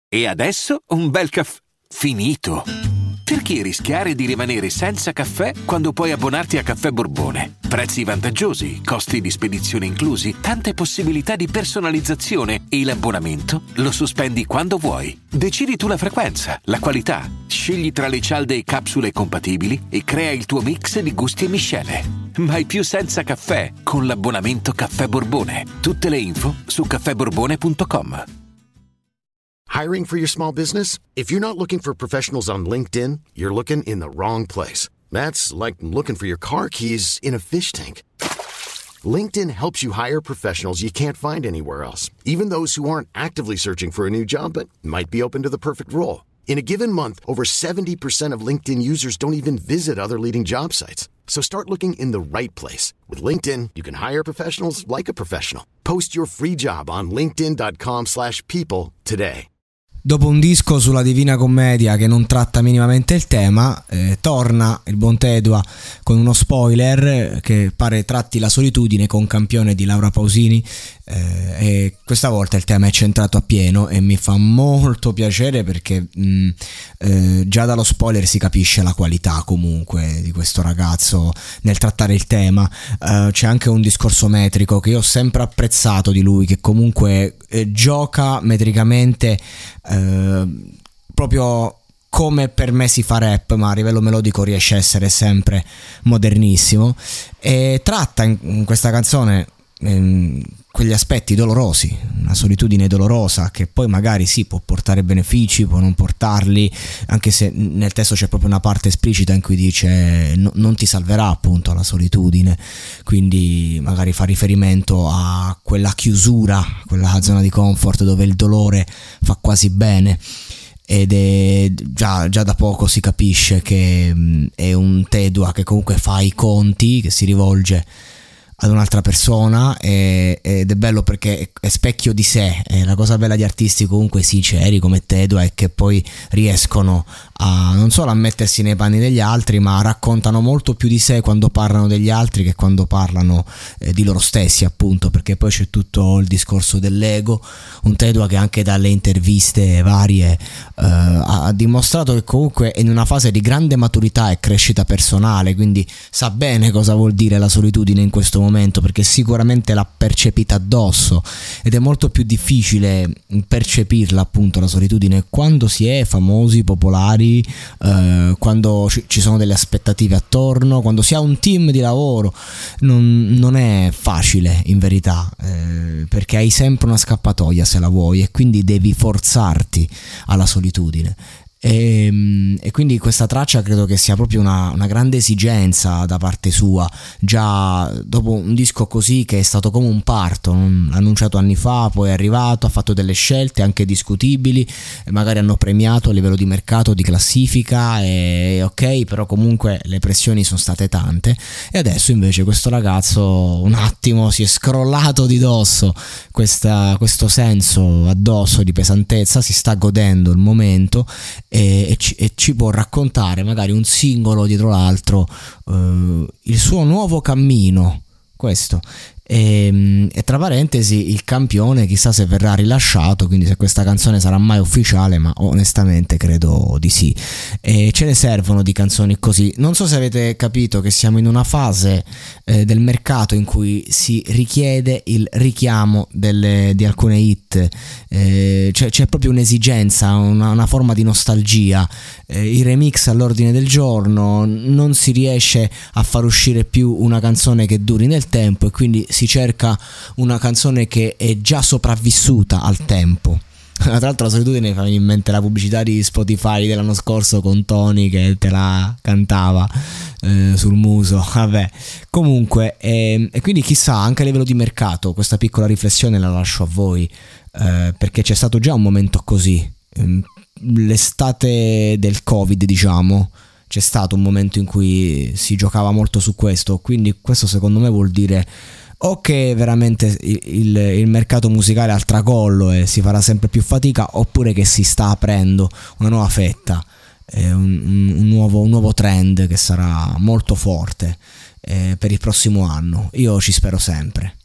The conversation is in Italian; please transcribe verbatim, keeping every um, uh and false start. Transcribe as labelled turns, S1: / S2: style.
S1: E adesso un bel caffè finito. Perché rischiare di rimanere senza caffè quando puoi abbonarti a Caffè Borbone? Prezzi vantaggiosi, costi di spedizione inclusi, tante possibilità di personalizzazione e l'abbonamento lo sospendi quando vuoi. Decidi tu la frequenza, la qualità, scegli tra le cialde e capsule compatibili e crea il tuo mix di gusti e miscele. Mai più senza caffè con l'abbonamento Caffè Borbone. Tutte le info su caffè borbone punto com.
S2: Hiring for your small business? If you're not looking for professionals on LinkedIn, you're looking in the wrong place. That's like looking for your car keys in a fish tank. LinkedIn helps you hire professionals you can't find anywhere else, even those who aren't actively searching for a new job but might be open to the perfect role. In a given month, over seventy percent of LinkedIn users don't even visit other leading job sites. So start looking in the right place. With LinkedIn, you can hire professionals like a professional. Post your free job on linkedin dot com slash people today.
S3: Dopo un disco sulla Divina Commedia che non tratta minimamente il tema, eh, torna il buon Tedua con uno spoiler che pare tratti la solitudine con Campione di Laura Pausini, eh, e questa volta il tema è centrato a pieno e mi fa molto piacere perché mh, eh, già dallo spoiler si capisce la qualità comunque di questo ragazzo nel trattare il tema. Eh, c'è anche un discorso metrico che io ho sempre apprezzato di lui, che comunque eh, gioca metricamente Uh, proprio come per me si fa rap, ma a livello melodico riesce a essere sempre modernissimo, e tratta in, in questa canzone ehm, quegli aspetti dolorosi, una solitudine dolorosa che poi magari sì può portare benefici, può non portarli, anche se nel testo c'è proprio una parte esplicita in cui dice no, non ti salverà appunto la solitudine, quindi magari fa riferimento a quella chiusura, quella zona di comfort dove il dolore fa quasi bene. Ed è già, già da poco si capisce che mh, è un Tedua che comunque fa i conti, che si rivolge ad un'altra persona, e, ed è bello perché è specchio di sé. E la cosa bella di artisti comunque sinceri come Tedua è che poi riescono a non solo a mettersi nei panni degli altri, ma raccontano molto più di sé quando parlano degli altri che quando parlano eh, di loro stessi, appunto, perché poi c'è tutto il discorso dell'ego. Un Tedua che anche dalle interviste varie eh, ha dimostrato che comunque è in una fase di grande maturità e crescita personale, quindi sa bene cosa vuol dire la solitudine in questo momento momento, perché sicuramente l'ha percepita addosso, ed è molto più difficile percepirla appunto la solitudine quando si è famosi, popolari, eh, quando ci, ci sono delle aspettative attorno, quando si ha un team di lavoro. Non, non è facile in verità, eh, perché hai sempre una scappatoia se la vuoi, e quindi devi forzarti alla solitudine. E, e quindi questa traccia credo che sia proprio una, una grande esigenza da parte sua, già dopo un disco così che è stato come un parto, annunciato anni fa, poi è arrivato, ha fatto delle scelte anche discutibili, magari hanno premiato a livello di mercato, di classifica, e ok, però comunque le pressioni sono state tante, e adesso invece questo ragazzo un attimo si è scrollato di dosso questa, questo senso addosso di pesantezza, si sta godendo il momento E, e, ci, e ci può raccontare magari un singolo dietro l'altro eh, il suo nuovo cammino, questo. E, e tra parentesi il Campione chissà se verrà rilasciato, quindi se questa canzone sarà mai ufficiale, ma onestamente credo di sì. E ce ne servono di canzoni così. Non so se avete capito che siamo in una fase eh, del mercato in cui si richiede il richiamo delle, di alcune hit, eh, c'è, c'è proprio un'esigenza, una, una forma di nostalgia, eh, i remix all'ordine del giorno, non si riesce a far uscire più una canzone che duri nel tempo, e quindi si cerca una canzone che è già sopravvissuta al tempo. Tra l'altro la solitudine mi fa in mente la pubblicità di Spotify dell'anno scorso con Tony che te la cantava eh, sul muso. Vabbè, comunque eh, e quindi chissà, anche a livello di mercato questa piccola riflessione la lascio a voi, eh, perché c'è stato già un momento così, l'estate del Covid, diciamo, c'è stato un momento in cui si giocava molto su questo, quindi questo secondo me vuol dire o che veramente il, il, il mercato musicale è al tracollo e si farà sempre più fatica, oppure che si sta aprendo una nuova fetta, eh, un, un, nuovo, un nuovo trend che sarà molto forte eh, per il prossimo anno. Io ci spero sempre.